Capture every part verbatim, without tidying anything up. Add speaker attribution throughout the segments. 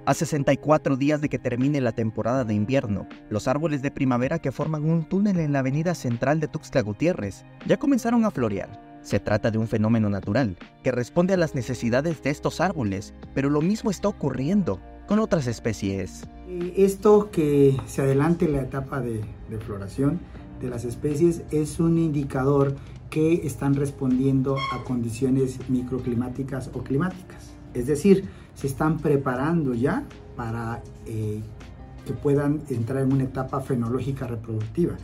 Speaker 1: A sesenta y cuatro días de que termine la temporada de invierno, los árboles de primavera que forman un túnel en la avenida central de Tuxtla Gutiérrez ya comenzaron a florear. Se trata de un fenómeno natural que responde a las necesidades de estos árboles, pero lo mismo está ocurriendo con otras especies.
Speaker 2: Esto que se adelante la etapa de, de floración de las especies es un indicador que están respondiendo a condiciones microclimáticas o climáticas. Es decir, se están preparando ya para eh, que puedan entrar en una etapa fenológica reproductiva.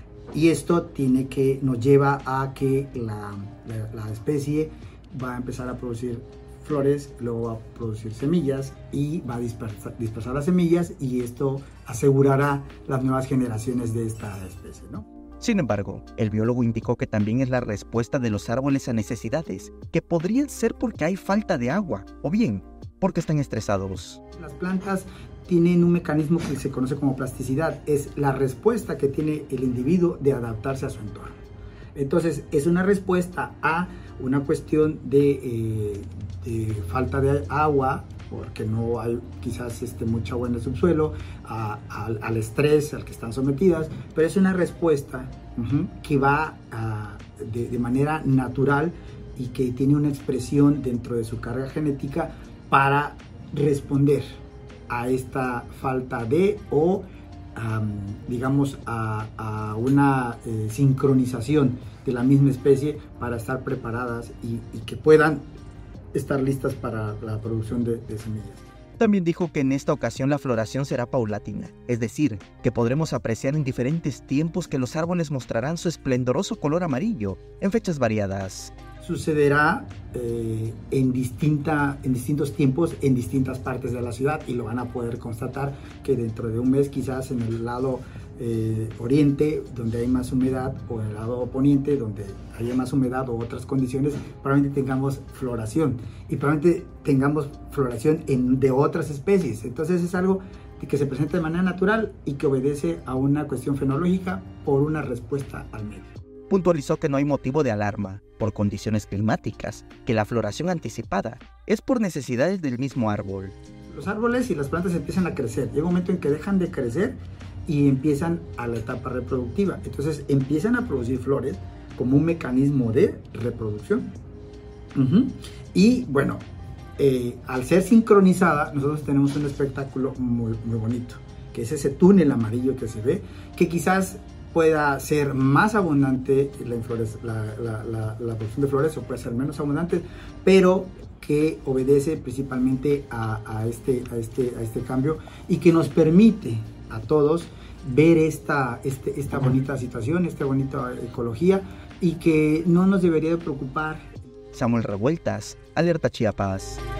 Speaker 2: Y esto tiene que, nos lleva a que la, la, la especie va a empezar a producir flores, luego va a producir semillas y va a dispersar, dispersar las semillas, y esto asegurará las nuevas generaciones de esta especie, ¿no?
Speaker 1: Sin embargo, el biólogo indicó que también es la respuesta de los árboles a necesidades, que podrían ser porque hay falta de agua, o bien porque están estresados.
Speaker 2: Las plantas tienen un mecanismo que se conoce como plasticidad, es la respuesta que tiene el individuo de adaptarse a su entorno. Entonces, es una respuesta a una cuestión de, eh, de falta de agua, porque no hay quizás este, mucha agua en el subsuelo, a, a, al estrés al que están sometidas, pero es una respuesta uh-huh, que va a, de, de manera natural y que tiene una expresión dentro de su carga genética para responder a esta falta de o um, digamos a, a una eh, sincronización de la misma especie para estar preparadas y, y que puedan estar listas para la producción de, de semillas.
Speaker 1: También dijo que en esta ocasión la floración será paulatina, es decir, que podremos apreciar en diferentes tiempos que los árboles mostrarán su esplendoroso color amarillo en fechas variadas.
Speaker 2: Sucederá eh, en, distinta, en distintos tiempos en distintas partes de la ciudad, y lo van a poder constatar que dentro de un mes quizás en el lado eh, oriente, donde hay más humedad, o en el lado poniente, donde haya más humedad o otras condiciones, probablemente tengamos floración y probablemente tengamos floración en, de otras especies. Entonces es algo que se presenta de manera natural y que obedece a una cuestión fenológica por una respuesta al medio.
Speaker 1: Puntualizó que no hay motivo de alarma por condiciones climáticas, que la floración anticipada es por necesidades del mismo árbol.
Speaker 2: Los árboles y las plantas empiezan a crecer, llega un momento en que dejan de crecer y empiezan a la etapa reproductiva, entonces empiezan a producir flores como un mecanismo de reproducción. Uh-huh. Y bueno, eh, al ser sincronizada, nosotros tenemos un espectáculo muy, muy bonito, que es ese túnel amarillo que se ve, que quizás pueda ser más abundante la, la, la, la, la producción de flores, o puede ser menos abundante, pero que obedece principalmente a, a, este, a, este, a este cambio, y que nos permite a todos ver esta, este, esta bonita situación, esta bonita ecología, y que no nos debería de preocupar.
Speaker 1: Samuel Revueltas, Alerta Chiapas.